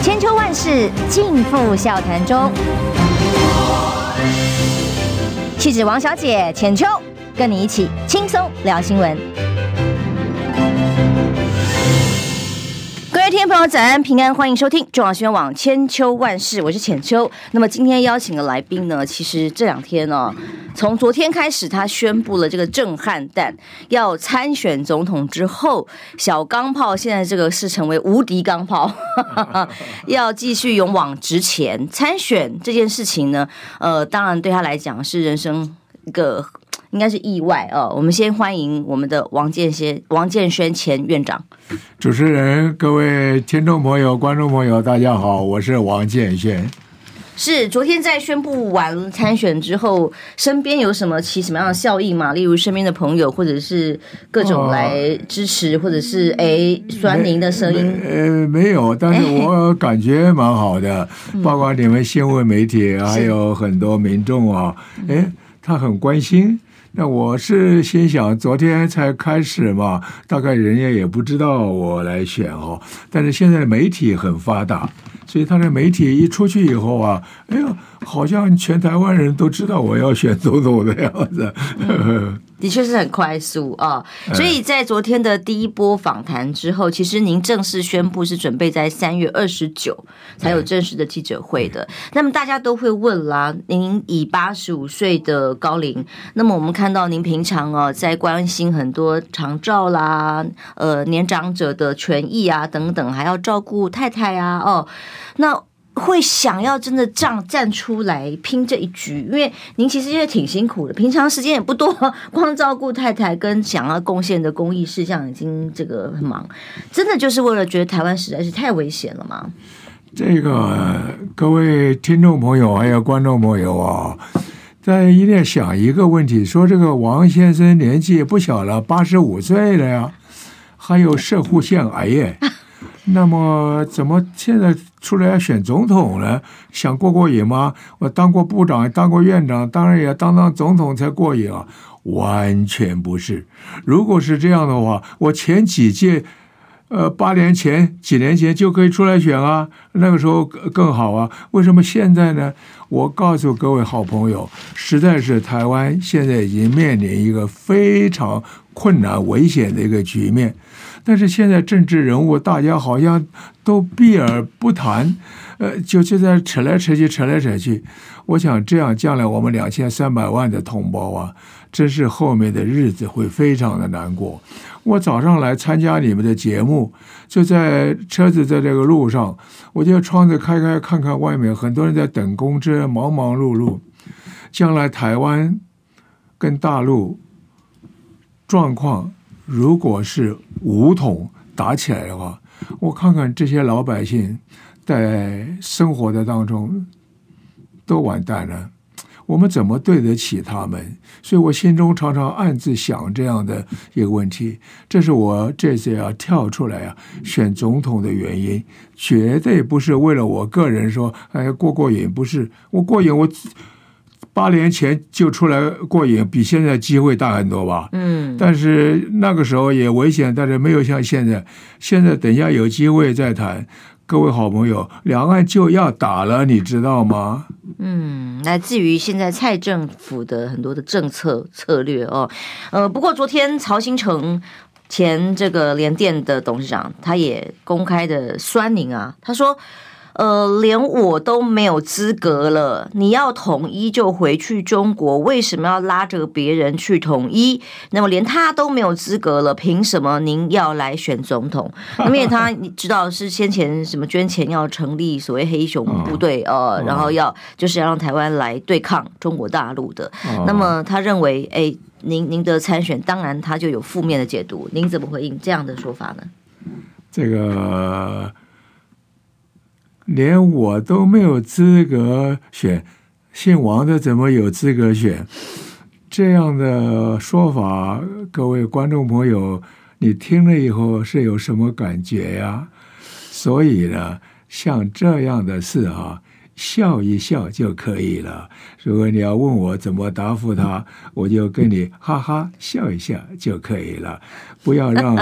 千秋万世尽付笑谈中。气质王小姐浅秋，跟你一起轻松聊新闻。各位听众朋友，早安平安，欢迎收听中央新闻网千秋万世，我是浅秋。那么今天邀请的来宾呢，其实这两天呢，从昨天开始，他宣布了这个震撼弹要参选总统之后，小钢炮现在这个是成为无敌钢炮，要继续勇往直前参选这件事情呢，当然对他来讲是人生一个应该是意外哦。我们先欢迎我们的王建轩前院长。 主持人、各位听众朋友、观众朋友，大家好，我是王建轩。 是昨天在宣布完参选之后，身边有起什么样的效应吗？例如身边的朋友，或者是各种来支持，或者是酸您的声音？ 没有，但是我感觉蛮好的，包括你们新闻媒体，还有很多民众啊，他很关心。那我是心想，昨天才开始嘛，大概人家也不知道我来选哦。但是现在的媒体很发达，所以他的媒体一出去以后啊，哎呀，好像全台湾人都知道我要选总统的样子。 的确是很快速啊，所以在昨天的第一波访谈之后，其实您正式宣布是准备在3月29才有正式的记者会的。那么大家都会问啦，您以85岁的高龄，那么我们看到您平常在关心很多长照啦，年长者的权益啊等等，还要照顾太太啊那会想要真的这样站出来拼这一局，因为您其实也挺辛苦的，平常时间也不多，光照顾太太跟想要贡献的公益事项已经这个很忙，真的就是为了觉得台湾实在是太危险了吗？ 这个各位听众朋友还有观众朋友啊，在一定想一个问题，说这个王先生年纪不小了，85岁了呀，还有射护腺癌耶。那么怎么现在出来要选总统呢？想过瘾吗？我当过部长，当过院长，当然也当总统才过瘾啊！完全不是。如果是这样的话，我前几届几年前就可以出来选啊，那个时候更好啊。为什么现在呢？我告诉各位好朋友，实在是台湾现在已经面临一个非常困难危险的一个局面。但是现在政治人物大家好像都避而不谈，就在扯来扯去。我想这样将来我们2300万的同胞啊，真是后面的日子会非常的难过。我早上来参加你们的节目，就在车子在这个路上，我就窗子开看看外面，很多人在等公车，忙忙碌碌。将来台湾跟大陆状况如果是武统打起来的话，我看看这些老百姓在生活的当中都完蛋了，我们怎么对得起他们？所以我心中常常暗自想这样的一个问题，这是我这次要跳出来选总统的原因，绝对不是为了我个人说过瘾，不是我过瘾，我8年前就出来过瘾，比现在机会大很多吧。但是那个时候也危险，但是没有像现在。现在等一下有机会再谈。各位好朋友，两岸就要打了，你知道吗？ 来自于现在蔡政府的很多的政策策略不过昨天曹兴诚前这个联电的董事长，他也公开的酸您啊，他说。连我都没有资格了，你要统一就回去中国，为什么要拉着别人去统一？那么连他都没有资格了，凭什么您要来选总统？因为他你知道是先前什么捐钱要成立所谓黑熊部队然后就是要让台湾来对抗中国大陆的。那么他认为您的参选当然他就有负面的解读，您怎么回应这样的说法呢？ 这个连我都没有资格选，姓王的怎么有资格选？这样的说法，各位观众朋友，你听了以后是有什么感觉呀？所以呢，像这样的事笑一笑就可以了。如果你要问我怎么答复他，我就跟你哈哈笑一笑就可以了，不要让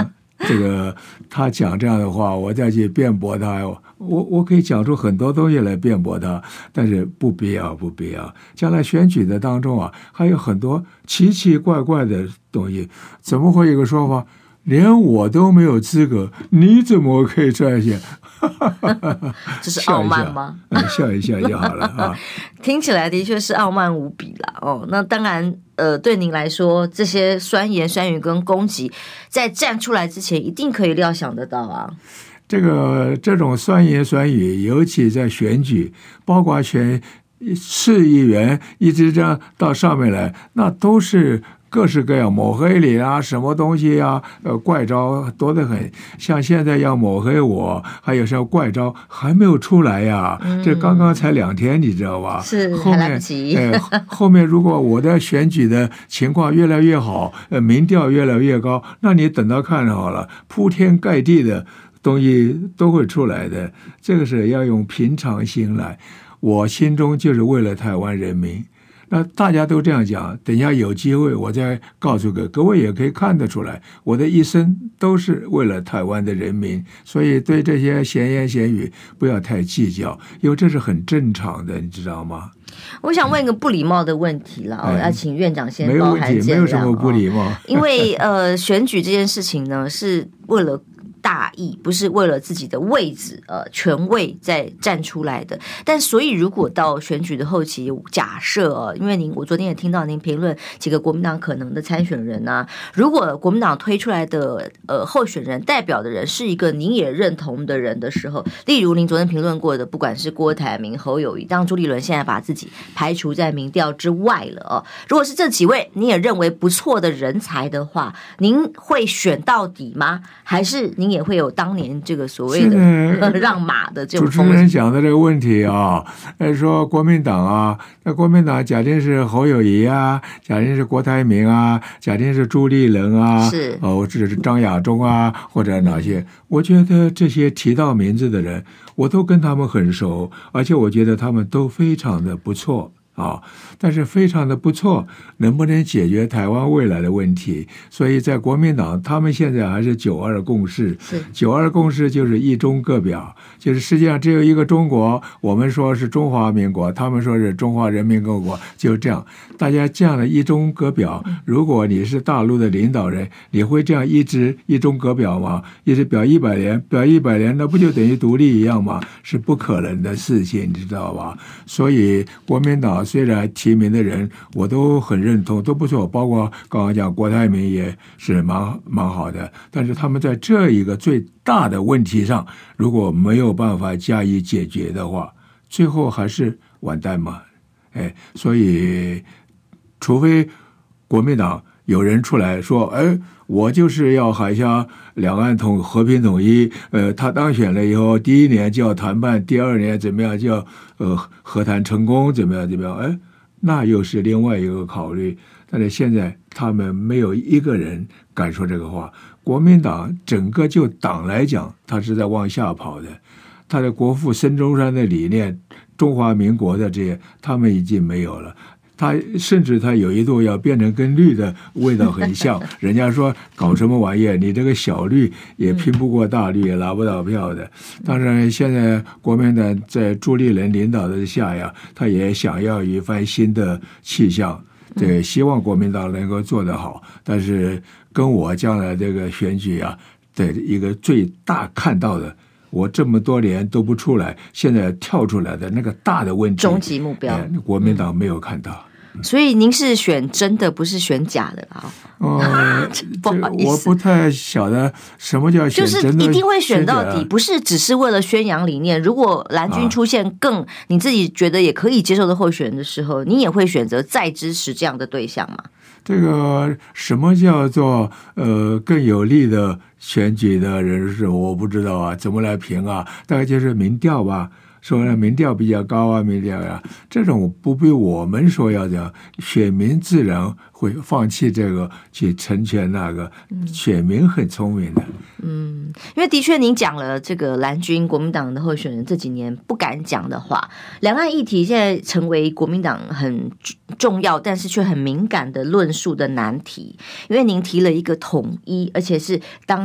这个他讲这样的话，我再去辩驳他，我可以讲出很多东西来辩驳他，但是不必要。将来选举的当中啊，还有很多奇奇怪怪的东西，怎么会有个说法？连我都没有资格，你怎么可以这样写？ 这是傲慢吗？ 笑一笑就好了啊。 听起来的确是傲慢无比啦。哦，那当然，对您来说，这些酸言酸语跟攻击，在站出来之前，一定可以料想得到啊。 这种酸言酸语，尤其在选举，包括选市议员，一直这样到上面来，那都是各式各样抹黑你啊，什么东西啊，怪招多得很。像现在要抹黑我，还有什么怪招还没有出来呀？这刚刚才2天，你知道吧？ 是后面还来不及。 后面如果我的选举的情况越来越好，民调越来越高，那你等到看好了，铺天盖地的东西都会出来的。这个是要用平常心来。我心中就是为了台湾人民。那大家都这样讲，等一下有机会我再告诉各位也可以看得出来，我的一生都是为了台湾的人民，所以对这些闲言闲语不要太计较，因为这是很正常的，你知道吗？ 我想问一个不礼貌的问题了，要请院长先包涵见谅。 没有什么不礼貌， 因为选举这件事情呢，是为了大义，不是为了自己的位置权位在站出来的。但所以如果到选举的后期，假设因为我昨天也听到您评论几个国民党可能的参选人啊，如果国民党推出来的候选人代表的人是一个您也认同的人的时候，例如您昨天评论过的，不管是郭台铭、侯友宜，当朱立伦现在把自己排除在民调之外了如果是这几位你也认为不错的人才的话，您会选到底吗？还是您也会有当年这个所谓的让马的这种主持人讲的这个问题啊，说国民党啊，那国民党假定是侯友宜啊，假定是郭台铭啊，假定是朱立伦啊， 是或者是张亚中啊，或者哪些，我觉得这些提到名字的人，我都跟他们很熟，而且我觉得他们都非常的不错。但是非常的不错，能不能解决台湾未来的问题？所以在国民党，他们现在还是9·2共识。9·2共识就是一中各表，就是世界上只有一个中国，我们说是中华民国，他们说是中华人民共和国，就这样。大家这样的一中各表，如果你是大陆的领导人，你会这样一直一中各表吗？一直表100年，表100年，那不就等于独立一样吗？是不可能的事情，你知道吧？所以国民党虽然提名的人我都很认同，都不错，包括刚刚讲郭台铭也是蛮好的，但是他们在这一个最大的问题上，如果没有办法加以解决的话，最后还是完蛋嘛。所以除非国民党有人出来说，我就是要海峡两岸和平统一，他当选了以后，第1年就要谈判，第2年怎么样就要和谈成功，怎么样，那又是另外一个考虑。但是现在他们没有一个人敢说这个话。国民党整个就党来讲，他是在往下跑的，他的国父孙中山的理念，中华民国的这些，他们已经没有了。他甚至他有一度要变成跟绿的味道很像，人家说搞什么玩意儿，你这个小绿也拼不过大绿，也拿不到票的。当然现在国民党在朱立伦领导的下呀，他也想要一番新的气象，对，希望国民党能够做得好。但是跟我将来这个选举啊的一个最大看到的，我这么多年都不出来，现在跳出来的那个大的问题， 终极目标， 国民党没有看到。 所以您是选真的，不是选假的啦。不好意思， 我不太晓得什么叫选真的， 就是一定会选到底，不是只是为了宣扬理念。如果蓝军出现更你自己觉得也可以接受的候选人的时候，你也会选择再支持这样的对象吗？ 这个什么叫做更有利的选举的人士，我不知道啊，怎么来评啊？大概就是民调吧。说民调比较高啊，民调呀，这种不必我们说要这样，选民自然会放弃这个去成全那个，选民很聪明的。 因为的确您讲了这个蓝军国民党的候选人这几年不敢讲的话，两岸议题现在成为国民党很重要但是却很敏感的论述的难题。因为您提了一个统一，而且是当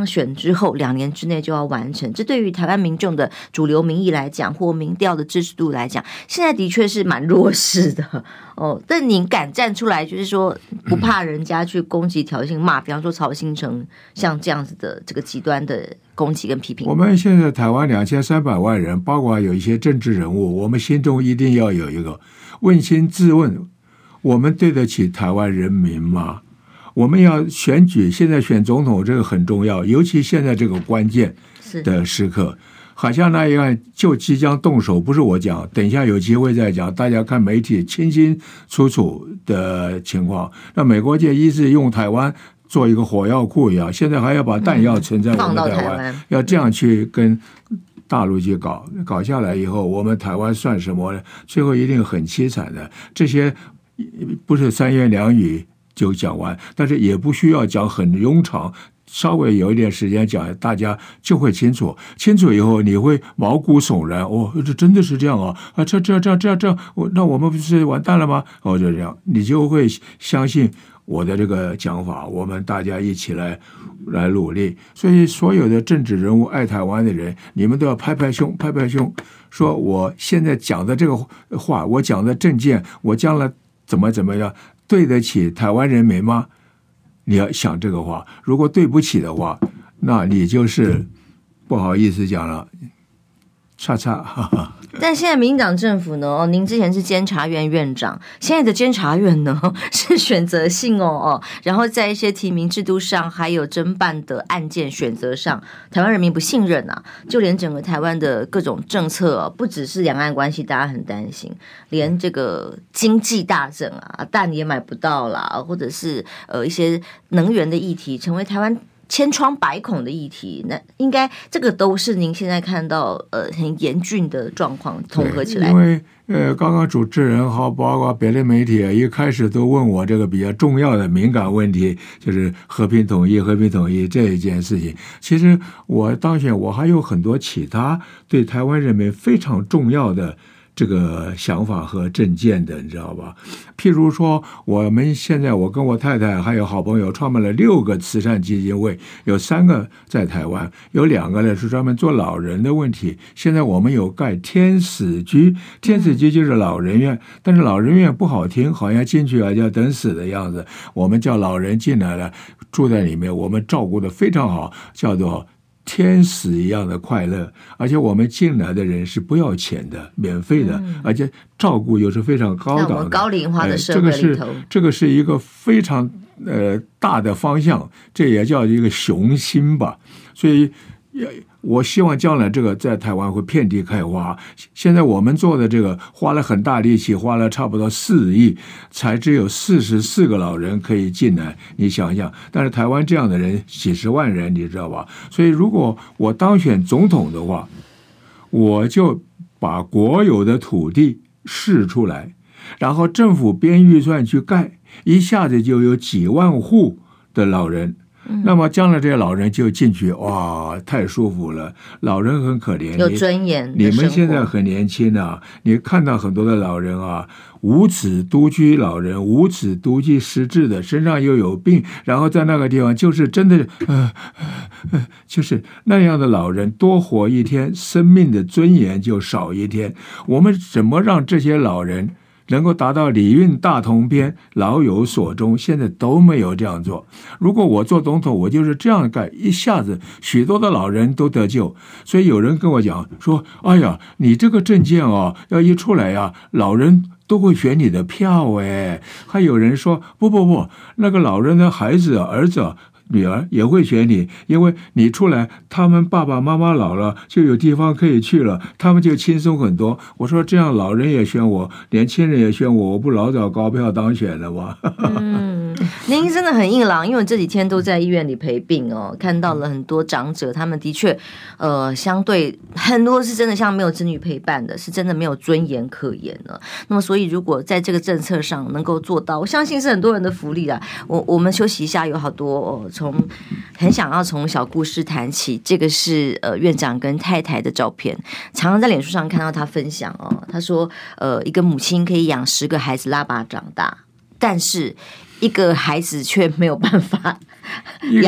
选之后2年之内就要完成，这对于台湾民众的主流民意来讲，或民调的支持度来讲，现在的确是蛮弱势的哦。但您敢站出来，就是说不怕人家去攻击、挑衅、骂，比方说曹兴诚像这样子的这个极端的攻击跟批评。 我们现在台湾2300万人，包括有一些政治人物，我们心中一定要有一个扪心自问：我们对得起台湾人民吗？我们要选举，现在选总统这个很重要，尤其现在这个关键的时刻，好像那样就即将动手，不是我讲，等一下有机会再讲，大家看媒体清清楚楚的情况。那美国界一直用台湾做一个火药库一样，现在还要把弹药存在我们台湾，要这样去跟大陆去搞下来以后，我们台湾算什么呢？最后一定很凄惨的。这些不是3言2语就讲完，但是也不需要讲很庸长，稍微有一点时间讲，大家就会清楚以后，你会毛骨悚然。哦，这真的是这样啊！啊，这，那我们不是完蛋了吗？哦，就这样，你就会相信我的这个讲法，我们大家一起来努力。所以，所有的政治人物、爱台湾的人，你们都要拍拍胸，说我现在讲的这个话，我讲的政见，我将来怎么样，对得起台湾人民吗？你要想这个话，如果对不起的话，那你就是不好意思讲了，哈哈。 但现在民进党政府呢，您之前是监察院院长，现在的监察院呢是选择性然后在一些提名制度上，还有侦办的案件选择上，台湾人民不信任啊，就连整个台湾的各种政策不只是两岸关系大家很担心，连这个经济大政啊，蛋也买不到啦，或者是一些能源的议题，成为台湾千疮百孔的议题，那应该这个都是您现在看到很严峻的状况统合起来。 因为刚刚主持人包括别的媒体一开始都问我这个比较重要的敏感问题，就是和平统一这一件事情。其实我当选，我还有很多其他对台湾人民非常重要的这个想法和政见的，你知道吧？譬如说，我们现在我跟我太太还有好朋友创办了6个慈善基金会，有3个在台湾，有2个呢是专门做老人的问题。现在我们有盖天使居就是老人院，但是老人院不好听，好像进去要等死的样子。我们叫老人进来了，住在里面，我们照顾得非常好，叫做天使一样的快乐，而且我们进来的人是不要钱的，免费的，而且照顾又是非常高档的。 我们高龄化的社会里头， 这个是一个非常大的方向，这也叫一个雄心吧。所以我希望将来这个在台湾会遍地开花。现在我们做的这个花了很大力气，花了差不多4亿，才只有44个老人可以进来，你想想。但是台湾这样的人几十万人，你知道吧？所以如果我当选总统的话，我就把国有的土地释出来，然后政府编预算去盖，一下子就有几万户的老人。那么将来这些老人就进去，哇，太舒服了。老人很可怜， 有尊严。 你们现在很年轻啊，你看到很多的老人啊，无子独居老人，无子独居失智的，身上又有病，然后在那个地方就是真的，就是那样的老人，多活一天，生命的尊严就少一天。我们怎么让这些老人能够达到礼运大同篇，老有所终，现在都没有这样做。如果我做总统，我就是这样干，一下子许多的老人都得救。所以有人跟我讲说，哎呀，你这个政见啊，要一出来啊，老人都会选你的票哎。还有人说，不，那个老人的孩子儿子女儿也会选你，因为你出来，他们爸爸妈妈老了，就有地方可以去了，他们就轻松很多。我说这样，老人也选我，年轻人也选我，我不老早高票当选了吗？ 您真的很硬朗，因为这几天都在医院里陪病看到了很多长者，他们的确相对很多是真的像没有子女陪伴的，是真的没有尊严可言了。那么所以如果在这个政策上能够做到，我相信是很多人的福利啦。我们休息一下，有好多很想要从小故事谈起。这个是院长跟太太的照片，常常在脸书上看到他分享他说一个母亲可以养10个孩子拉拔长大，但是一个孩子却没有办法养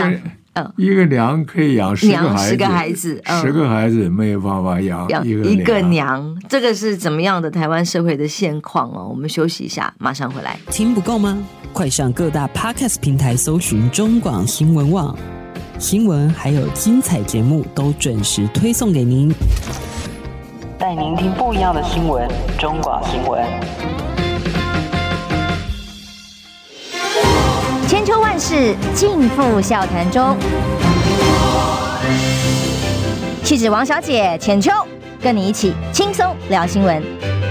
一个娘可以养10个孩子，10个孩子没有办法养一个娘，这个是怎么样的台湾社会的现况哦？我们休息一下，马上回来。 听不够吗？快上各大 Podcast 平台搜寻中广新闻网，新闻还有精彩节目都准时推送给您，带您听不一样的新闻。中广新闻， 千秋万世尽付笑谈中。气质王小姐浅秋，跟你一起轻松聊新闻。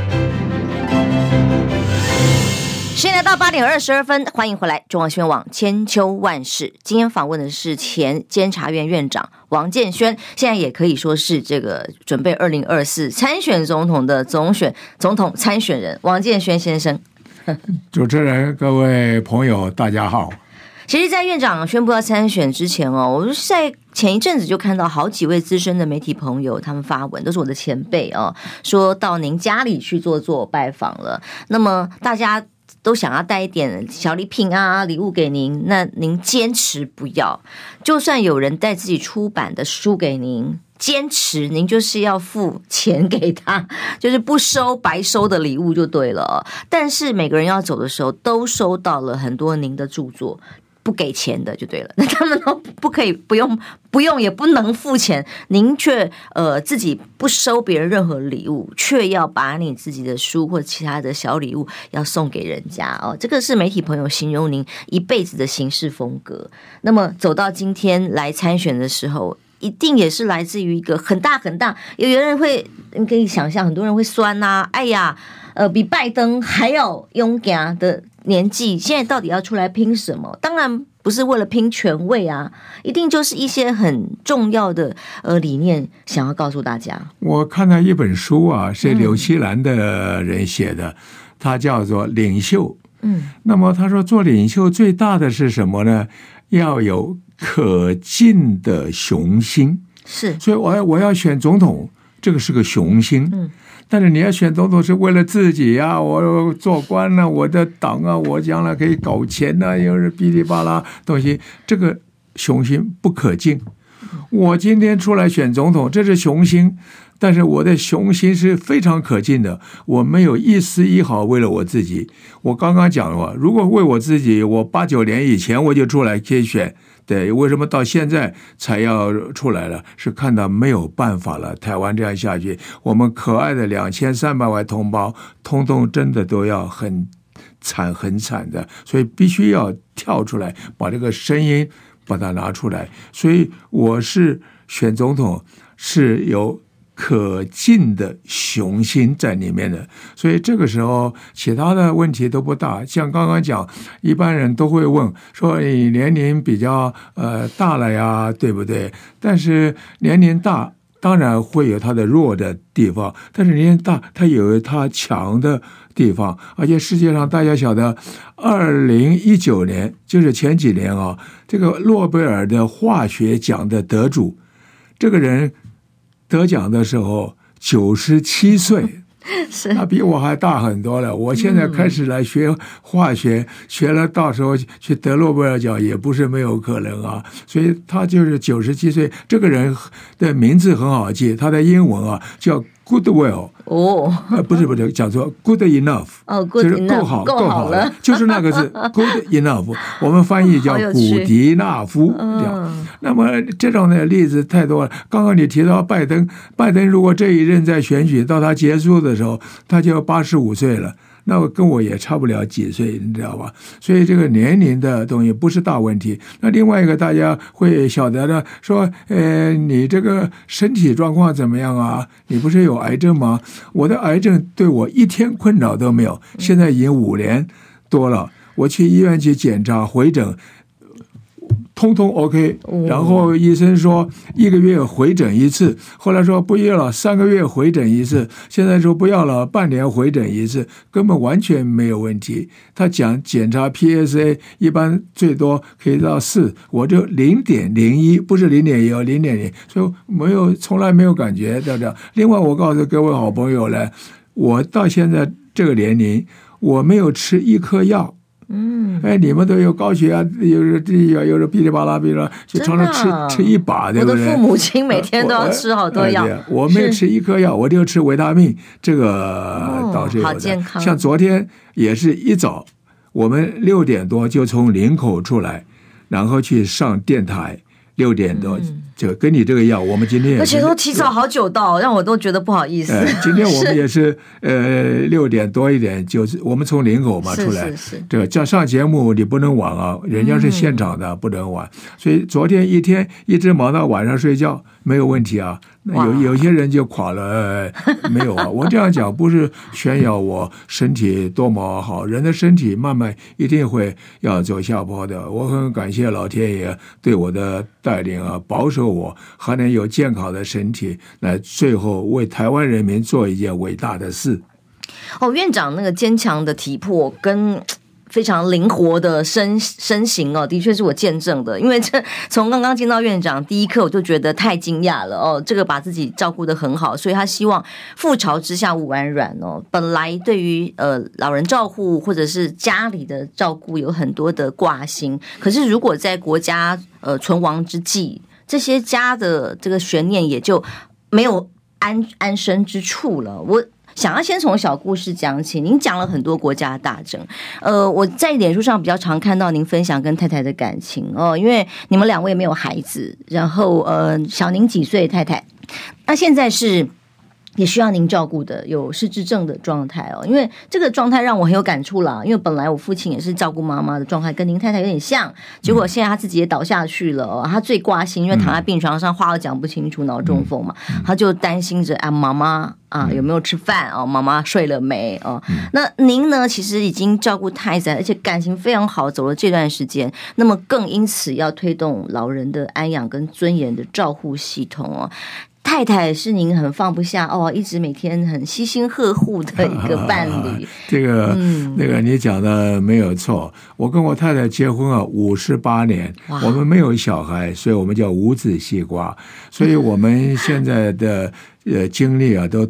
时间来到8点22分，欢迎回来，中广新闻网千秋万世。今天访问的是前监察院院长王建煊，现在也可以说是这个准备2024参选总统的总统参选人王建煊先生。 主持人，各位朋友，大家好。 其实，在院长宣布要参选之前哦，我是在前一阵子就看到好几位资深的媒体朋友，他们发文都是我的前辈哦，说到您家里去做拜访了。那么大家都想要带一点小礼品啊、礼物给您，那您坚持不要。就算有人带自己出版的书给您，坚持您就是要付钱给他，就是不收白收的礼物就对了。但是每个人要走的时候，都收到了很多您的著作。不给钱的就对了，那他们都不可以不用也不能付钱，您却自己不收别人任何礼物，却要把你自己的书或其他的小礼物要送给人家哦，这个是媒体朋友形容您一辈子的行事风格。那么走到今天来参选的时候，一定也是来自于一个很大，有人会，你可以想象，很多人会酸啊，哎呀，比拜登还要勇敢的年纪，现在到底要出来拼什么？当然不是为了拼权位啊，一定就是一些很重要的理念想要告诉大家。 我看到一本书啊，是纽西兰的人写的，他叫做《领袖》。那么他说做领袖最大的是什么呢？要有可敬的雄心。 是， 所以我要选总统，这个是个雄心。但是你要选总统是为了自己啊，我做官啊，我的党啊，我将来可以搞钱啊，又是噼里啪啦东西，这个雄心不可敬。我今天出来选总统，这是雄心，但是我的雄心是非常可敬的，我没有一丝一毫为了我自己。我刚刚讲了，如果为我自己，我8、9年以前我就出来可以选。对，为什么到现在才要出来了？是看到没有办法了，台湾这样下去，我们可爱的2300万同胞，通通真的都要很惨的，所以必须要跳出来，把这个声音把它拿出来。所以我是选总统是有可敬的雄心在里面的，所以这个时候其他的问题都不大。像刚刚讲，一般人都会问说你年龄比较大了呀，对不对？但是年龄大当然会有它的弱的地方，但是年龄大它有它强的地方。而且世界上大家晓得2019年就是前几年啊，这个诺贝尔的化学奖的得主，这个人得奖的时候97岁，他比我还大很多了。我现在开始来学化学，学了到时候去得诺贝尔奖也不是没有可能啊。所以他就是97岁。这个人的名字很好记，他的英文啊叫 Goodwill。不是，讲错 good enough， 就是够好了，就是那个字 good enough， 我们翻译叫古迪纳夫。那么这种的例子太多了。刚刚你提到拜登如果这一任在选举到他结束的时候，他就85岁了。那跟我也差不了几岁，你知道吧？所以这个年龄的东西不是大问题。那另外一个大家会晓得的说，你这个身体状况怎么样啊？你不是有癌症吗？我的癌症对我一天困扰都没有，现在已经5年多了。我去医院去检查回诊，通通 OK， 然后医生说1个月回诊一次，后来说不要了，3个月回诊一次，现在说不要了，半年回诊一次，根本完全没有问题。他讲检查 PSA 一般最多可以到4，我就0.01，不是0.1， 0.0，所以从来没有感觉，对不对？另外我告诉各位好朋友呢，我到现在这个年龄，我没有吃一颗药， 你们都有高血压，有着噼里啪啦就常常吃一把，对不对？ 我的父母亲每天都要吃好多药， 我没吃一颗药，我就吃维他命，这个倒是有的。 好健康。 像昨天也是一早，我们6点多就从林口出来，然后去上电台。6点多就跟你这个药，我们今天而且都提早好久到，让我都觉得不好意思。 今天我们也是6点多一点，就是我们从林口嘛出来，这个叫上节目你不能晚啊，人家是现场的，不能晚。所以昨天一天一直忙到晚上睡觉没有问题啊。有些人就垮了，没有啊。我这样讲不是炫耀我身体多么好，人的身体慢慢一定会要走下坡的。我很感谢老天爷对我的带领啊，保守我还能有健康的身体，来最后为台湾人民做一件伟大的事。 院长那个坚强的体魄跟非常灵活的身形哦，的确是我见证的。因为这从刚刚见到院长第一刻，我就觉得太惊讶了哦。这个把自己照顾得很好，所以他希望覆巢之下无完卵哦。本来对于老人照护或者是家里的照顾有很多的挂心，可是如果在国家存亡之际，这些家的这个悬念也就没有安身之处了。我想要先从小故事讲起，您讲了很多国家的大政，我在脸书上比较常看到您分享跟太太的感情哦，因为你们2位没有孩子，然后小您几岁太太，那现在是也需要您照顾的有失智症的状态哦，因为这个状态让我很有感触啦。因为本来我父亲也是照顾妈妈的状态，跟您太太有点像，结果现在他自己也倒下去了哦。他最挂心，因为躺在病床上，话都讲不清楚，脑中风嘛，他就担心着妈妈有没有吃饭哦，妈妈睡了没哦。那您呢，其实已经照顾太太，而且感情非常好，走了这段时间，那么更因此要推动老人的安养跟尊严的照护系统哦。太太是您很放不下哦，一直每天很悉心呵护的一个伴侣。 这个那个你讲的没有错，我跟我太太结婚58年，我们没有小孩，所以我们叫无子西瓜，所以我们现在的精力都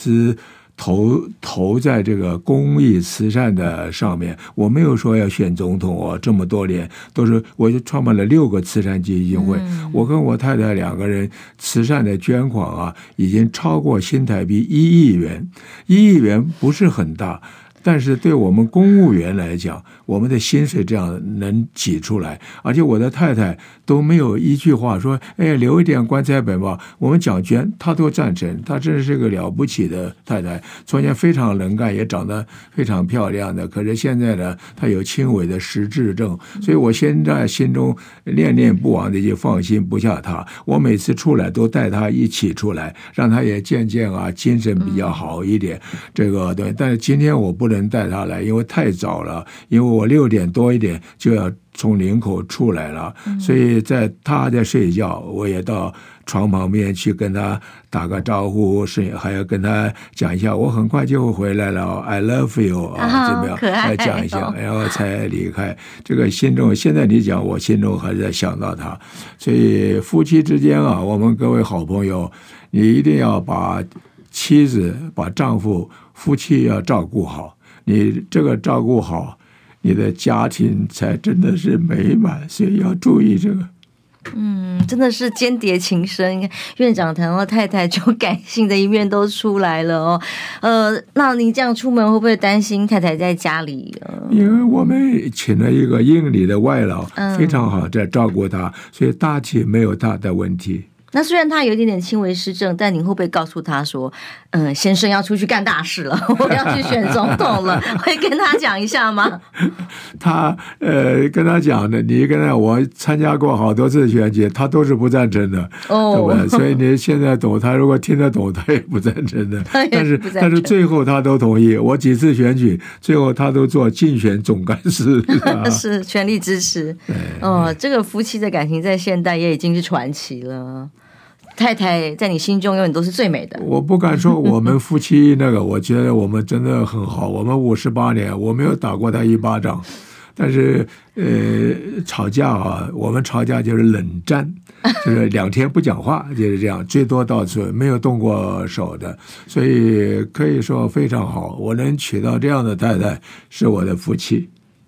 投在这个公益慈善的上面。我没有说要选总统这么多年都是我就创办了6个慈善基金会，我跟我太太2个人慈善的捐款已经超过新台币1亿元。1亿元不是很大，但是对我们公务员来讲，我们的薪水这样能挤出来，而且我的太太都没有一句话说留一点棺材本吧，我们讲捐她都赞成，她真是个了不起的太太，从前非常能干，也长得非常漂亮的，可是现在呢她有轻微的失智症，所以我现在心中念念不忘的就放心不下她，我每次出来都带她一起出来，让她也见见精神比较好一点，这个对。但是今天我不能带她来，因为太早了，因为我6点多一点就要从林口出来了，所以在他在睡觉，我也到床旁边去跟他打个招呼，还要跟他讲一下我很快就会回来了 I love you 怎么样，来讲一下，然后才离开。这个心中现在你讲，我心中还是在想到他。所以夫妻之间我们各位好朋友，你一定要把妻子把丈夫夫妻要照顾好，你这个照顾好，你的家庭才真的是美满，所以要注意这个。 真的是间谍情深，院长谈到太太就感性的一面都出来了哦。那你这样出门会不会担心太太在家里？ 因为我们请了一个英里的外劳，非常好在照顾她，所以大体没有大的问题。 那虽然他有一点点轻微失智，但您会不会告诉他说，先生要出去干大事了，我要去选总统了，会跟他讲一下吗？ 他跟他讲的，你跟他我参加过好多次选举，他都是不赞成的，对不对？所以你现在懂，他如果听得懂，他也不赞成的。但是最后他都同意，我几次选举，最后他都做竞选总干事， 是全力支持。这个夫妻的感情在现代也已经是传奇了。太太在你心中永远都是最美的。 我不敢说我们夫妻我觉得我们真的很好。我们58年，我没有打过他一巴掌，但是吵架我们吵架就是冷战，就是2天不讲话，就是这样，最多到此没有动过手的，所以可以说非常好。我能娶到这样的太太，是我的福气。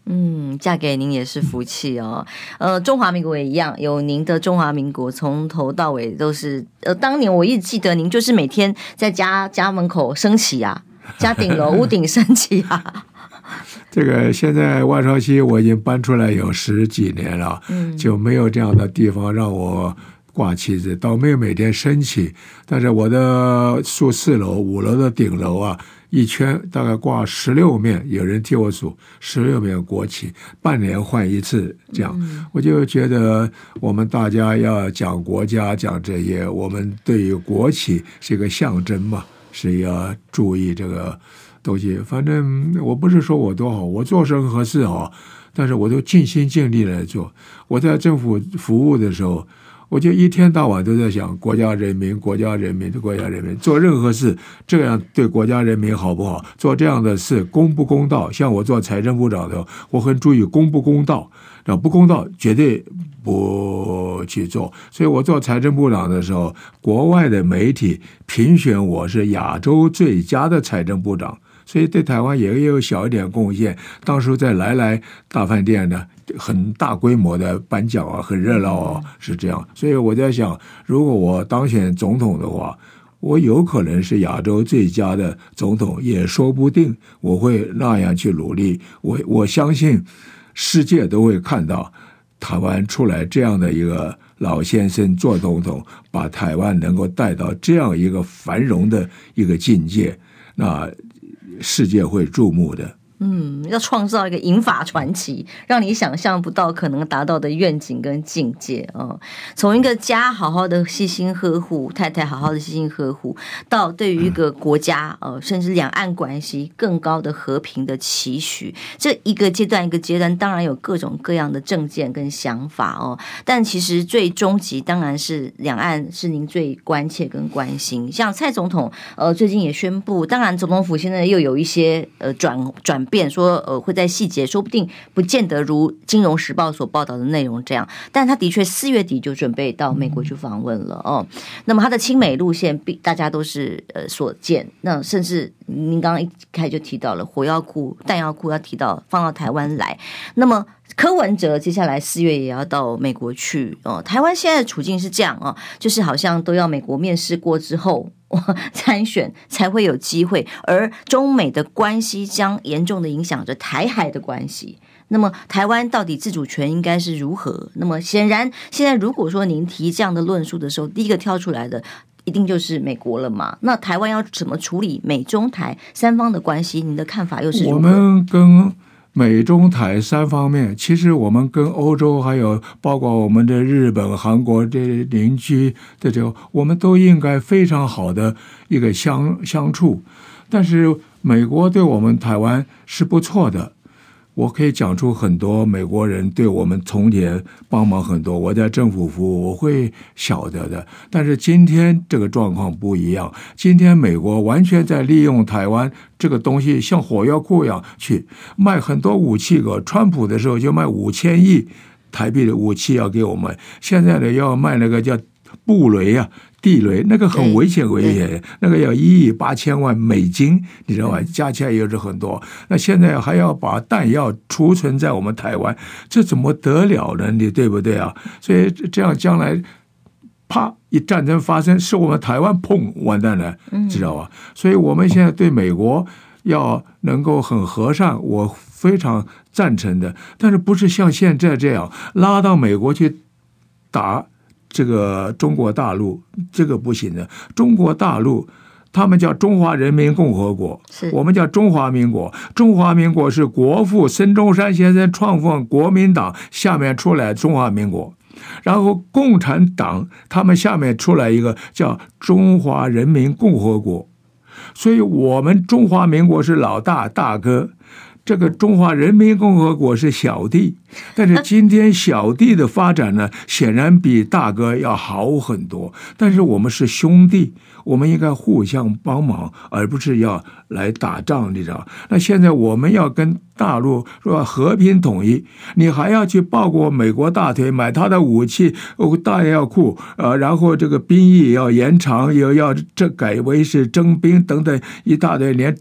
嫁给您也是福气哦。中华民国也一样，有您的中华民国，从头到尾都是。当年我一直记得您就是每天在家门口升旗啊，家顶楼屋顶升旗啊。 这个现在万绍溪我已经搬出来有10几年了，就没有这样的地方让我挂旗子，倒没有每天升旗，但是我的住4楼、5楼的顶楼啊，一圈大概挂16面，有人替我数16面国旗，半年换一次，这样我就觉得我们大家要讲国家，讲这些，我们对于国旗是一个象征嘛，是要注意这个东西。反正我不是说我多好，我做任何事好，但是我都尽心尽力来做。我在政府服务的时候，我就一天到晚都在想国家人民，国家人民，国家人民，做任何事这样对国家人民好不好，做这样的事公不公道。像我做财政部长的时候，我很注意公不公道，不公道绝对不去做。所以我做财政部长的时候，国外的媒体评选我是亚洲最佳的财政部长，所以对台湾也有小一点贡献。当时在来大饭店呢，很大规模的颁奖啊，很热闹啊，是这样。所以我在想，如果我当选总统的话，我有可能是亚洲最佳的总统，也说不定。我会那样去努力，我相信世界都会看到台湾出来这样的一个老先生做总统，把台湾能够带到这样一个繁荣的一个境界，那世界会注目的。 要创造一个银发传奇，让你想象不到可能达到的愿景跟境界从一个家好好的细心呵护，太太好好的细心呵护，到对于一个国家甚至两岸关系更高的和平的期许，这一个阶段一个阶段，当然有各种各样的政见跟想法但其实最终极当然是两岸是您最关切跟关心。像蔡总统最近也宣布，当然总统府现在又有一些转变，说会在细节说不定不见得如《金融时报》所报道的内容这样，但他的确4月底就准备到美国去访问了那么他的亲美路线大家都是所见，那甚至您刚刚一开始就提到了火药库、弹药库要提到放到台湾来，那么柯文哲接下来4月也要到美国去台湾现在的处境是这样就是好像都要美国面试过之后参选才会有机会，而中美的关系将严重的影响着台海的关系。那么台湾到底自主权应该是如何？那么显然现在如果说您提这样的论述的时候，第一个跳出来的一定就是美国了嘛。那台湾要怎么处理美中台三方的关系？您的看法又是如何？ 我们跟美中台3方面，其实我们跟欧洲还有包括我们的日本、韩国这邻居的这个，我们都应该非常好的一个相处。但是美国对我们台湾是不错的，我可以讲出很多美国人对我们从前帮忙很多，我在政府服务我会晓得的。但是今天这个状况不一样，今天美国完全在利用台湾这个东西，像火药库一样去卖很多武器给川普的时候就卖5000亿台币的武器要给我们，现在呢要卖那个叫布雷啊、地雷，那个很危险，那个要1.8亿美金，你知道吧？加起来也是很多。那现在还要把弹药储存在我们台湾，这怎么得了呢？你对不对啊？所以这样将来啪一战争发生，是我们台湾砰完蛋了，知道吧？所以我们现在对美国要能够很和善，我非常赞成的，但是不是像现在这样拉到美国去打这个中国大陆，这个不行的。中国大陆他们叫中华人民共和国，我们叫中华民国。中华民国是国父孙中山先生创奉国民党下面出来中华民国，然后共产党他们下面出来一个叫中华人民共和国，所以我们中华民国是老大大哥，这个中华人民共和国是小弟。但是今天小弟的发展呢，显然比大哥要好很多，但是我们是兄弟，我们应该互相帮忙，而不是要来打仗，你知道。那现在我们要跟大陆说和平统一，你还要去抱过美国大腿，买他的武器、弹药库，然后这个兵役要延长，又要这改为是征兵等等一大堆，连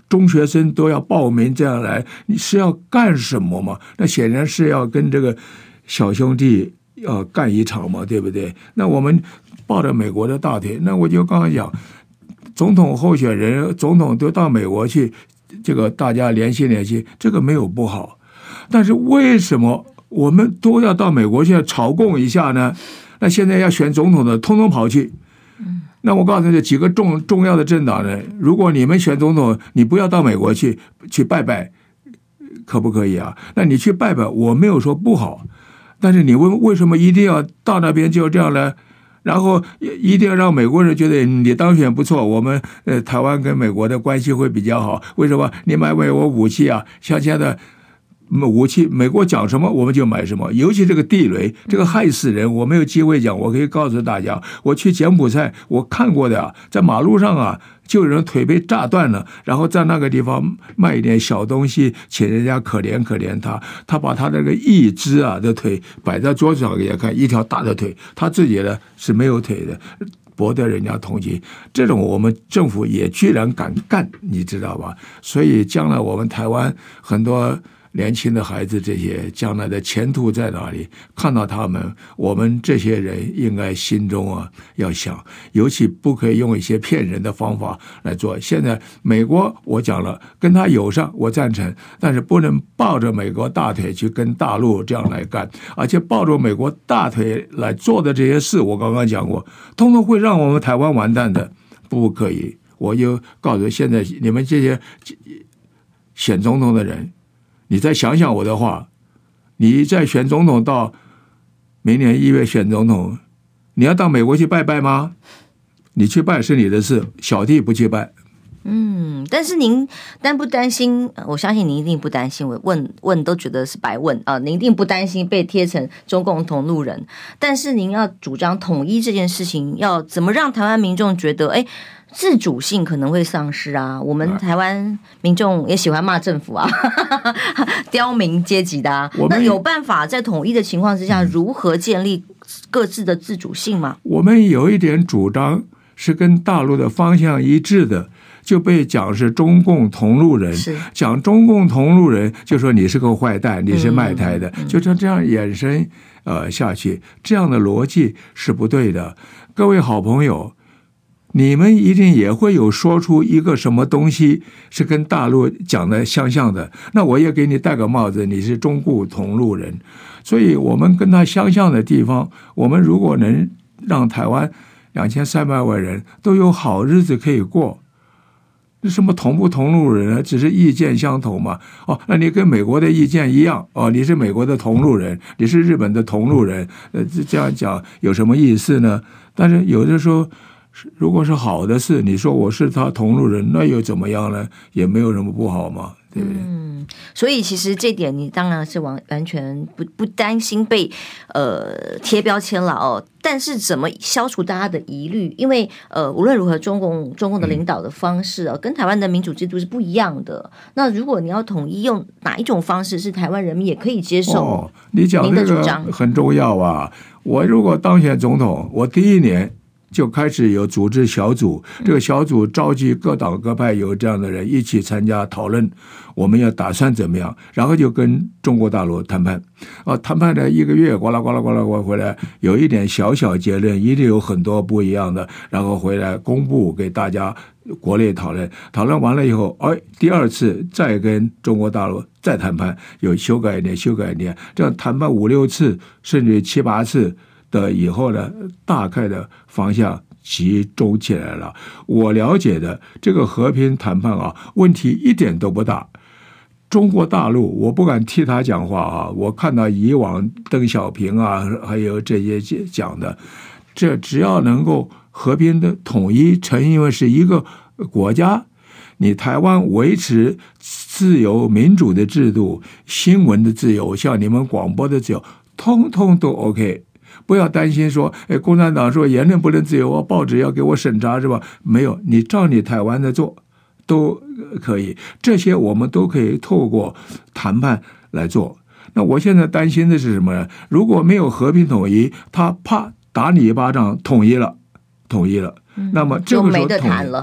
中学生都要报名这样来，你是要干什么嘛？那显然是要跟这个小兄弟要干一场嘛，对不对？那我们抱着美国的大腿，那我就刚刚讲，总统候选人、总统都到美国去，这个大家联系联系，这个没有不好。但是为什么我们都要到美国去朝贡一下呢？那现在要选总统的，通通跑去。那我告诉你，几个重要的政党呢，如果你们选总统，你不要到美国去拜拜，可不可以啊？那你去拜拜，我没有说不好，但是你为什么一定要到那边就这样呢？然后一定要让美国人觉得你当选不错，我们台湾跟美国的关系会比较好。为什么？你买美国武器啊，像现在武器，美国讲什么我们就买什么，尤其这个地雷，这个害死人，我没有机会讲，我可以告诉大家，我去柬埔寨我看过的啊，在马路上啊，就有人腿被炸断了，然后在那个地方卖一点小东西，请人家可怜可怜他把他那个一只啊的腿摆在桌子上给人看，一条大的腿，他自己呢是没有腿的，博得人家同情，这种我们政府也居然敢干，你知道吧？所以将来我们台湾很多年轻的孩子，这些将来的前途在哪里？看到他们，我们这些人应该心中啊要想，尤其不可以用一些骗人的方法来做。现在美国我讲了，跟他友善我赞成，但是不能抱着美国大腿去跟大陆这样来干，而且抱着美国大腿来做的这些事，我刚刚讲过，通通会让我们台湾完蛋的，不可以。我就告诉现在你们这些选总统的人，你再想想我的话，你再选总统到明年1月选总统，你要到美国去拜拜吗？你去拜是你的事，小弟不去拜。 但是您担不担心？我相信您一定不担心。我问都觉得是白问啊，您一定不担心被贴成中共同路人。但是您要主张统一这件事情，要怎么让台湾民众觉得，自主性可能会丧失啊？我们台湾民众也喜欢骂政府啊，刁民阶级的啊。那有办法在统一的情况之下，如何建立各自的自主性吗？ 我们有一点主张是跟大陆的方向一致的，就被讲是中共同路人，讲中共同路人就说你是个坏蛋，你是卖台的，就这样衍生下去，这样的逻辑是不对的。各位好朋友，你们一定也会有说出一个什么东西是跟大陆讲的相像的，那我也给你戴个帽子，你是中共同路人。所以我们跟他相像的地方，我们如果能让台湾2300万人都有好日子可以过，什么同不同路人呢？只是意见相同嘛。那你跟美国的意见一样，你是美国的同路人，你是日本的同路人，这样讲有什么意思呢？但是有的时候，如果是好的事，你说我是他同路人，那又怎么样呢？也没有什么不好嘛，对不对？ 所以其实这点你当然是完全不担心被贴标签了但是怎么消除大家的疑虑？因为无论如何，中共的领导的方式跟台湾的民主制度是不一样的。那如果你要统一，用哪一种方式是台湾人民也可以接受？ 你讲这个很重要啊！我如果当选总统，我第一年就开始有组织小组，这个小组召集各党各派有这样的人一起参加讨论，我们要打算怎么样，然后就跟中国大陆谈判。谈判了1个月，呱啦呱啦呱啦呱回来，有一点小结论，一定有很多不一样的，然后回来公布给大家国内讨论。讨论完了以后，第二次再跟中国大陆再谈判，有修改一点，这样谈判5、6次，甚至7、8次。的以后呢，大概的方向集中起来了。我了解的这个和平谈判问题一点都不大。中国大陆我不敢替他讲话我看到以往邓小平还有这些讲的，这只要能够和平的统一成为是一个国家，你台湾维持自由民主的制度，新闻的自由，像你们广播的自由，通通都 OK。不要担心说，共产党说言论不能自由，报纸要给我审查是吧？没有，你照你台湾的做都可以，这些我们都可以透过谈判来做。那我现在担心的是什么呢？如果没有和平统一，他啪打你一巴掌，统一了，那么这个时候就没得谈了。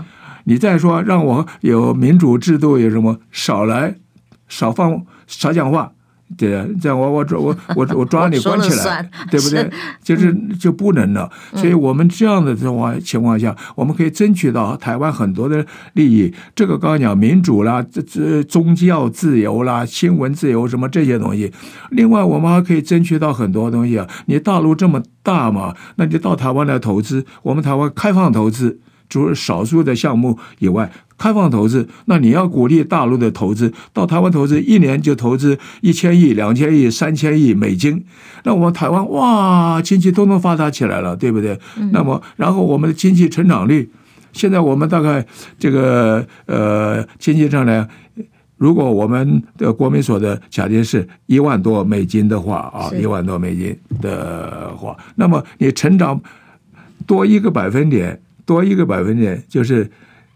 你再说让我有民主制度有什么，少讲话。对，这样我抓你关起来，对不对？就不能了。所以我们这样的情况下，我们可以争取到台湾很多的利益。这个刚刚讲民主啦，宗教自由啦，新闻自由什么这些东西。另外，我们还可以争取到很多东西啊。你大陆这么大嘛，那你到台湾来投资，我们台湾开放投资。除了少数的项目以外，开放投资，那你要鼓励大陆的投资，到台湾投资，1年就投资1000亿、2000亿、3000亿美金，那我们台湾哇，经济都能发达起来了，对不对？那么，然后我们的经济成长率，现在我们大概这个经济上呢，如果我们的国民所得假定是1万多美金的话啊，1万多美金的话，那么你成长多1个百分点。就是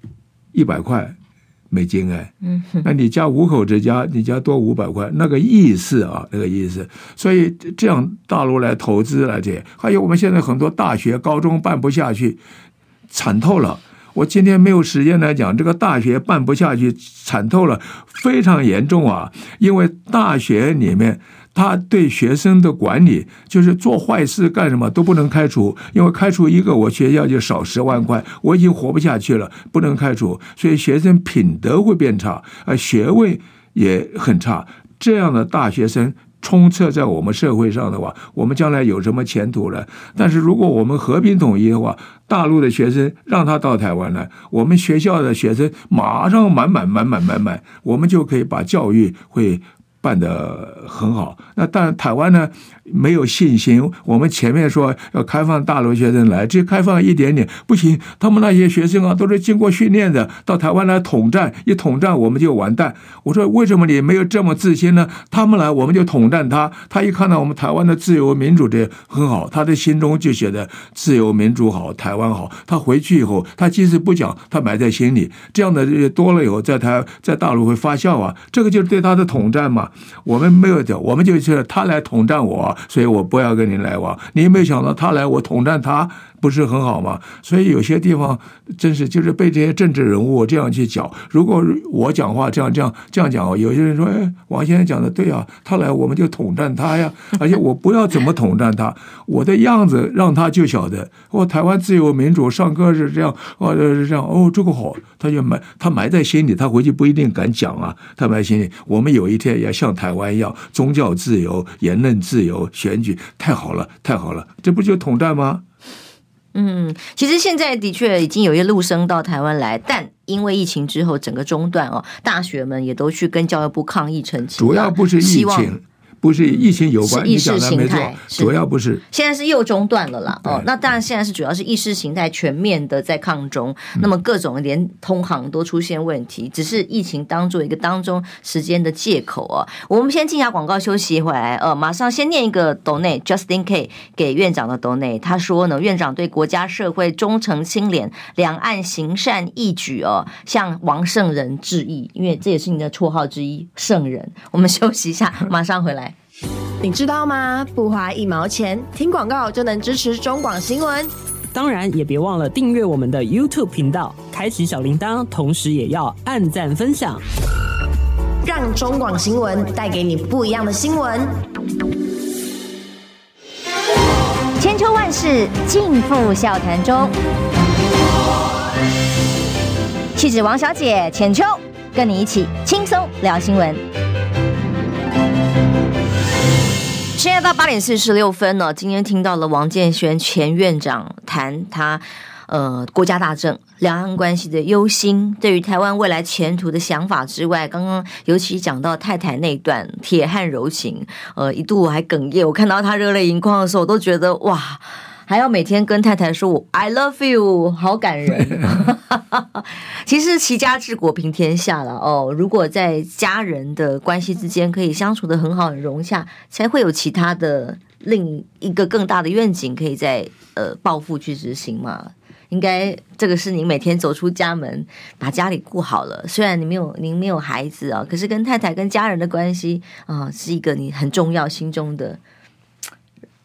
100块美金哎，那你加5口之家，你加多500块，那个意思啊，那个意思。所以这样大陆来投资来这，还有我们现在很多大学、高中办不下去，惨透了。我今天没有时间来讲这个大学办不下去，惨透了，非常严重啊！因为大学里面。他对学生的管理就是做坏事干什么都不能开除，因为开除一个我学校就少10万块，我已经活不下去了，不能开除，所以学生品德会变差，学位也很差。这样的大学生充斥在我们社会上的话，我们将来有什么前途呢？但是如果我们和平统一的话，大陆的学生让他到台湾来，我们学校的学生马上满，我们就可以把教育会办得很好。那当然台湾呢没有信心，我们前面说要开放大陆学生来，只开放一点点不行，他们那些学生啊都是经过训练的，到台湾来统战，一统战我们就完蛋。我说为什么你没有这么自信呢？他们来我们就统战他，他一看到我们台湾的自由民主这很好，他的心中就觉得自由民主好，台湾好，他回去以后他即使不讲，他埋在心里，这样的多了以后在大陆会发酵啊，这个就是对他的统战嘛。我们没有的，我们就是他来统战我，所以我不要跟你来往。你有没有想到他来我统战他，不是很好吗？所以有些地方真是就是被这些政治人物这样去搅。如果我讲话这样讲，有些人说，哎，王先生讲的对啊，他来我们就统战他呀，而且我不要怎么统战他，我的样子让他就晓得，台湾自由民主，上课是这样，是这样，这个好，他埋在心里，他回去不一定敢讲啊，他埋在心里。我们有一天要像台湾一样，宗教自由、言论自由、选举，太好了，这不就统战吗？ 其实现在的确已经有一些陆生到台湾来，但因为疫情之后整个中断哦，大学们也都去跟教育部抗议澄清， 主要不是疫情。不是疫情有关， 是意识形态， 主要不是。 现在是又中断了啦，那当然现在是主要是意识形态全面的在抗中，那么各种连通航都出现问题，只是疫情当做一个当中时间的借口啊。我们先进下广告休息回来，马上先念一个 donate Justin K 给院长的 donate， 他说呢，院长对国家社会忠诚清廉，两岸行善义举向王圣人致意，因为这也是你的绰号之一，圣人。我们休息一下，马上回来。 你知道吗？不花1毛钱，听广告就能支持中广新闻。 当然也别忘了订阅我们的 YouTube 频道，开启小铃铛，同时也要按赞分享， 让中广新闻带给你不一样的新闻。千秋万世尽付笑谈中，气质王小姐浅秋，跟你一起轻松聊新闻。 现在到8点46分呢，今天听到了王建煊前院长谈他国家大政、两岸关系的忧心，对于台湾未来前途的想法之外，刚刚尤其讲到太太那段铁汉柔情，一度我还哽咽，我看到他热泪盈眶的时候，我都觉得哇，还要每天跟太太说我 I love you， 好感人。其实齐家治国平天下了如果在家人的关系之间可以相处得很好很融洽，才会有其他的另一个更大的愿景可以在抱负去执行嘛。应该这个是您每天走出家门把家里顾好了，虽然您没有孩子可是跟太太跟家人的关系是一个你很重要心中的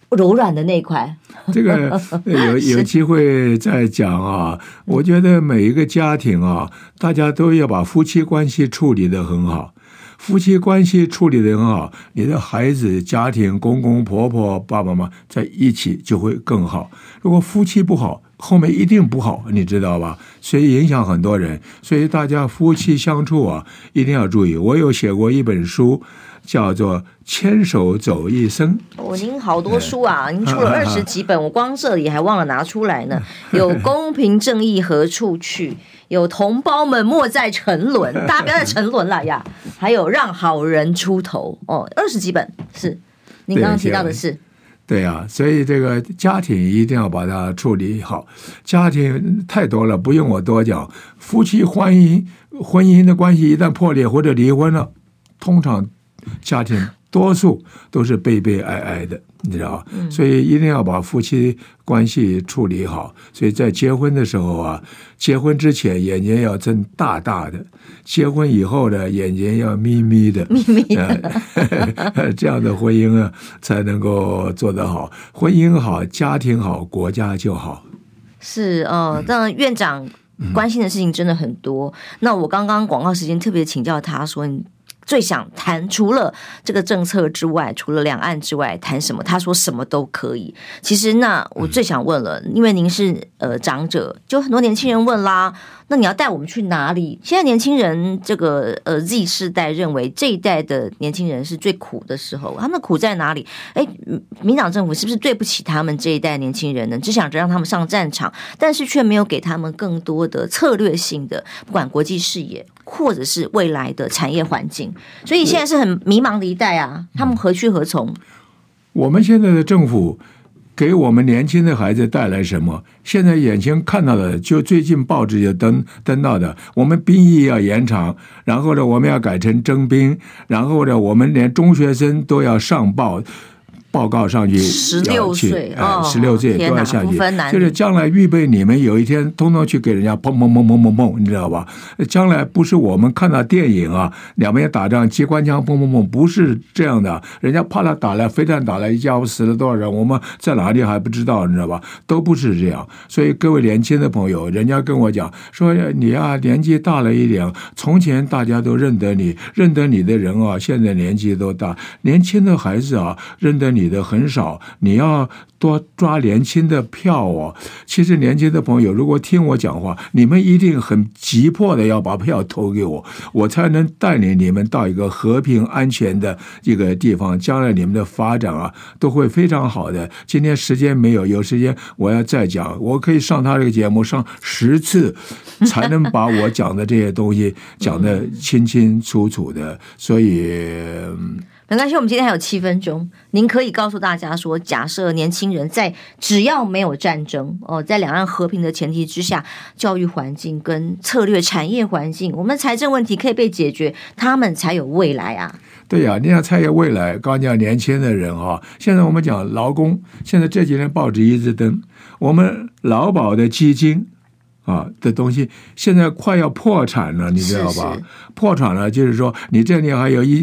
柔软的那一块。 这个有机会再讲啊。我觉得每一个家庭啊，大家都要把夫妻关系处理得很好。夫妻关系处理得很好，你的孩子、家庭、公公婆婆、爸爸妈妈在一起就会更好。如果夫妻不好，后面一定不好，你知道吧？所以影响很多人。所以大家夫妻相处啊，一定要注意。我有写过一本书，叫做《牵手走一生》。 您好多书啊，您出了20几本，我光这里还忘了拿出来呢。有公平正义何处去？有同胞们莫再沉沦，大家不要再沉沦了呀！还有让好人出头20几本是您刚刚提到的是。 对啊，所以这个家庭一定要把它处理好。家庭太多了，不用我多讲。夫妻婚姻的关系一旦破裂或者离婚了，通常家庭多数都是悲悲哀哀的，你知道吧？所以一定要把夫妻关系处理好。所以在结婚的时候啊，结婚之前眼睛要睁大大的，结婚以后呢，眼睛要眯眯的，这样的婚姻啊才能够做得好。婚姻好，家庭好，国家就好。 是当然院长关心的事情真的很多。那我刚刚广告时间特别请教他说，你最想谈除了这个政策之外，除了两岸之外谈什么？他说什么都可以。其实那我最想问了，因为您是长者，就很多年轻人问啦，那你要带我们去哪里？现在年轻人这个Z 世代认为这一代的年轻人是最苦的时候，他们的苦在哪里？民党政府是不是对不起他们这一代年轻人呢？只想着让他们上战场，但是却没有给他们更多的策略性的，不管国际视野或者是未来的产业环境，所以现在是很迷茫的一代啊，他们何去何从？ 我们现在的政府给我们年轻的孩子带来什么？现在眼前看到的，就最近报纸就登到的，我们兵役要延长，然后呢，我们要改成征兵，然后呢，我们连中学生都要上报告上去 ，16岁 ，16岁都要下去，就是将来预备你们有一天通通去给人家砰砰砰砰砰砰，你知道吧？将来不是我们看到电影啊，两边打仗机关枪砰砰砰，不是这样的，人家怕他打来飞弹打来，一家伙死了多少人，我们在哪里还不知道，你知道吧？都不是这样。所以各位年轻的朋友，人家跟我讲说你啊年纪大了一点，从前大家都认得你的人啊，现在年纪都大，年轻的孩子啊认得你的很少，你要多抓年轻的票哦。其实年轻的朋友如果听我讲话，你们一定很急迫的要把票投给我，我才能带领你们到一个和平安全的一个地方，将来你们的发展啊都会非常好的。今天时间没有时间我要再讲，我可以上他这个节目上10次才能把我讲的这些东西讲得清清楚楚的。所以没关系，我们今天还有7分钟，您可以告诉大家说，假设年轻人在只要没有战争在两岸和平的前提之下，教育环境跟策略产业环境，我们的财政问题可以被解决，他们才有未来啊。 对呀，你要才有未来。刚讲年轻的人啊，现在我们讲劳工，现在这几天报纸一直登，我们劳保的基金的东西现在快要破产了，你知道吧？破产了，就是说你这里还有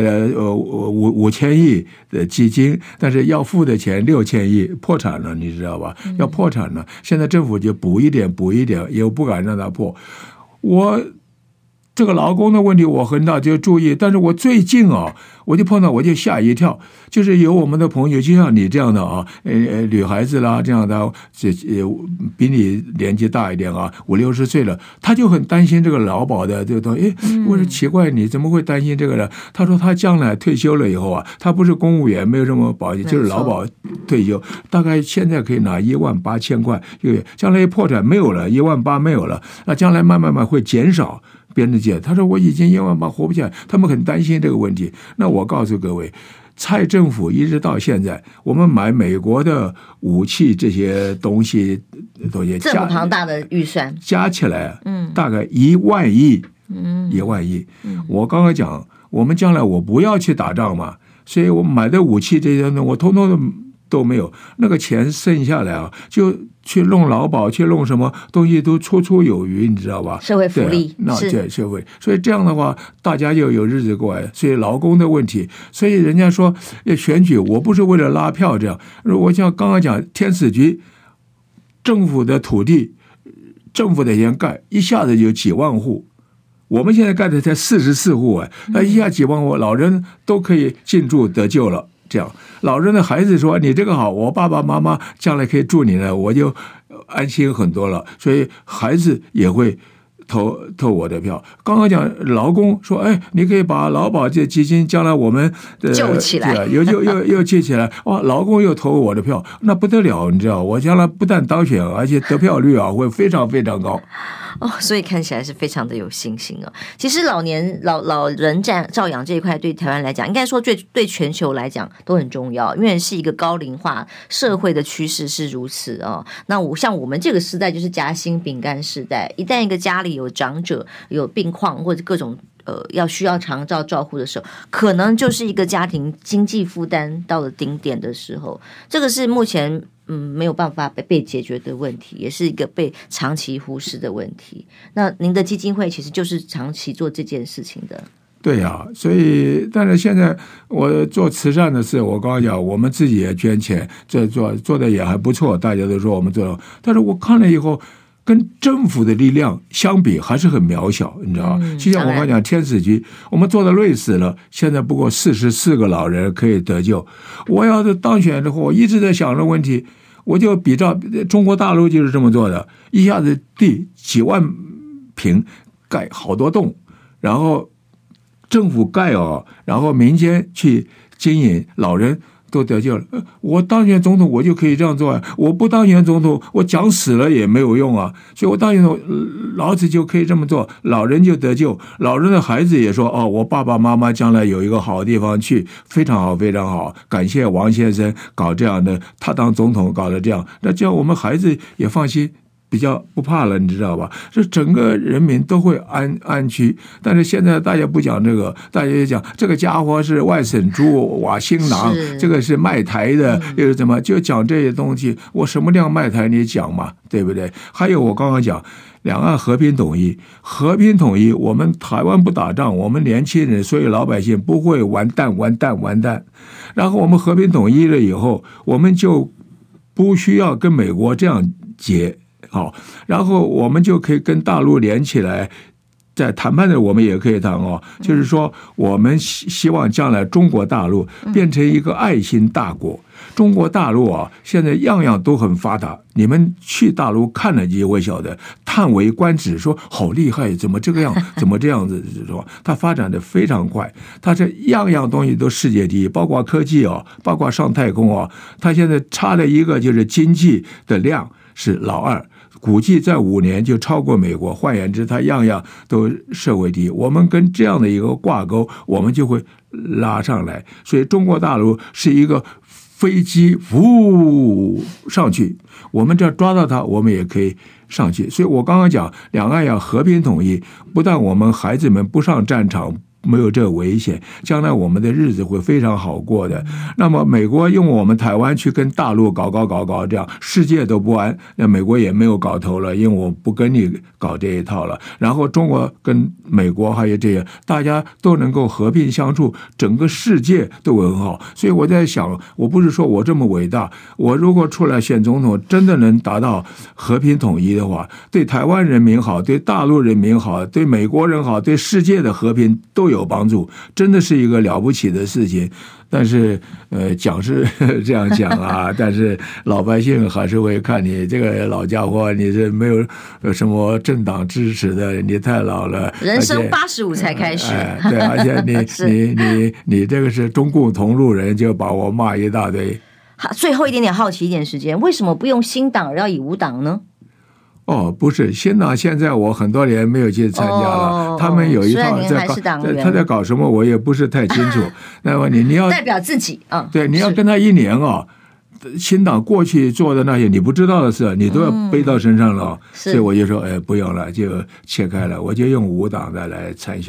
5000亿的基金，但是要付的钱6000亿，破产了，你知道吧？要破产了，现在政府就补一点，也不敢让它破。我这个劳工的问题我很大就注意，但是我最近我就碰到，我就吓一跳，就是有我们的朋友就像你这样的女孩子啦这样的，比你年纪大一点50、60岁了，他就很担心这个劳保的这个东西。我说奇怪，你怎么会担心这个呢？他说他将来退休了以后他不是公务员，没有什么保险，就是劳保退休，大概现在可以拿18000块，将来一破产没有了，18000没有了，那将来慢慢会减少。别人讲，他说我已经18000活不下来，他们很担心这个问题。那我告诉各位，蔡政府一直到现在，我们买美国的武器这些东西这么庞大的预算加起来，大概1万亿，1万亿。我刚刚讲，我们将来我不要去打仗嘛，所以我买的武器这些呢，我通通的都没有，那个钱剩下来啊，就去弄劳保，去弄什么东西都绰绰有余，你知道吧？ 社会福利， 那对社会，所以这样的话，大家就有日子过来。所以劳工的问题，所以人家说选举，我不是为了拉票这样。我像刚刚讲天使局，政府的土地，政府的钱盖，一下子有几万户。我们现在盖的才44户哎，那一下几万户，老人都可以进驻得救了。这样，老人的孩子说：“你这个好，我爸爸妈妈将来可以住你呢，我就安心很多了。”所以孩子也会投我的票。刚刚讲劳工说：“哎，你可以把劳保这基金将来我们救起来， 又救起来。哇，劳工又投我的票，那不得了，你知道，我将来不但当选，而且得票率啊会非常非常高。” 所以看起来是非常的有信心哦。其实老人照养这一块对台湾来讲，应该说对全球来讲都很重要，因为是一个高龄化社会的趋势是如此哦。那像我们这个时代就是夹心饼干时代，一旦一个家里有长者有病况或者各种需要长照照护的时候，可能就是一个家庭经济负担到了顶点的时候，这个是目前没有办法被解决的问题，也是一个被长期忽视的问题。那您的基金会其实就是长期做这件事情的。 对呀，所以但是现在我做慈善的事，我刚刚讲，我们自己也捐钱，做的也还不错，大家都说我们做的，但是我看了以后，跟政府的力量相比还是很渺小，你知道吗？就像我刚刚讲天使局，我们做的累死了，现在不过44个老人可以得救。我要是当选之后，我一直在想这个问题，我就比照中国大陆就是这么做的，一下子地几万平盖好多栋，然后政府盖然后民间去经营，老人都得救了。我当选总统，我就可以这样做啊！我不当选总统，我讲死了也没有用啊！所以我当选总统，老子就可以这么做，老人就得救，老人的孩子也说：“哦，我爸爸妈妈将来有一个好地方去，非常好，非常好。”感谢王先生搞这样的，他当总统搞得这样，那这样我们孩子也放心。比较不怕了，你知道吧？这整个人民都会安居。但是现在大家不讲这个，大家就讲这个家伙是外省猪、瓦新郎，这个是卖台的，又是怎么就讲这些东西？我什么量卖台你讲嘛，对不对？还有我刚刚讲。两岸和平统一，和平统一，我们台湾不打仗，我们年轻人，所有老百姓不会完蛋。然后我们和平统一了以后，我们就不需要跟美国这样结。好，然后我们就可以跟大陆连起来，在谈判的我们也可以谈就是说我们希望将来中国大陆变成一个爱心大国。中国大陆现在样样都很发达，你们去大陆看了就会晓得，叹为观止，说好厉害，怎么这个样，怎么这样子，说它发展的非常快，它这样样东西都世界第一，包括科技包括上太空它现在差了一个就是经济的量是老二。估计在5年就超过美国，换言之，它样样都社会第一。我们跟这样的一个挂钩，我们就会拉上来。所以中国大陆是一个飞机呜上去，我们只要抓到它，我们也可以上去。所以我刚刚讲，两岸要和平统一，不但我们孩子们不上战场。没有这个危险，将来我们的日子会非常好过的。那么美国用我们台湾去跟大陆搞，这样世界都不安，那美国也没有搞头了，因为我不跟你搞这一套了。然后中国跟美国还有这些，大家都能够和平相处，整个世界都很好。所以我在想，我不是说我这么伟大，我如果出来选总统，真的能达到和平统一的话，对台湾人民好，对大陆人民好，对美国人好，对世界的和平都有帮助，真的是一个了不起的事情。但是讲是这样讲但是老百姓还是会看你这个老家伙，你是没有什么政党支持的，你太老了， 人生85才开始对，而且你这个是中共同路人，就把我骂一大堆。 最后一点点好奇一点时间，为什么不用新党而要以无党呢？ 不是新党，现在我很多年没有去参加了。他们有一套在搞，他在搞什么，我也不是太清楚。那么你要代表自己对，你要跟他1年新党过去做的那些你不知道的事，你都要背到身上了。所以我就说，不用了，就切开了，我就用无党的来参选。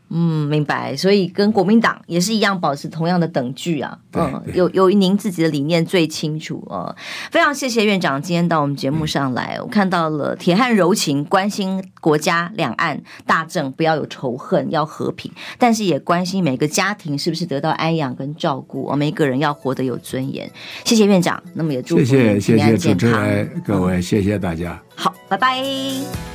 明白。所以跟国民党也是一样，保持同样的等距啊。有您自己的理念最清楚啊。非常谢谢院长今天到我们节目上来，我看到了铁汉柔情，关心国家两岸大政不要有仇恨，要和平，但是也关心每个家庭是不是得到安养跟照顾，每一个人要活得有尊严。谢谢院长，那么也祝福您平安健康。 谢谢主持人，各位，谢谢大家。 好，拜拜。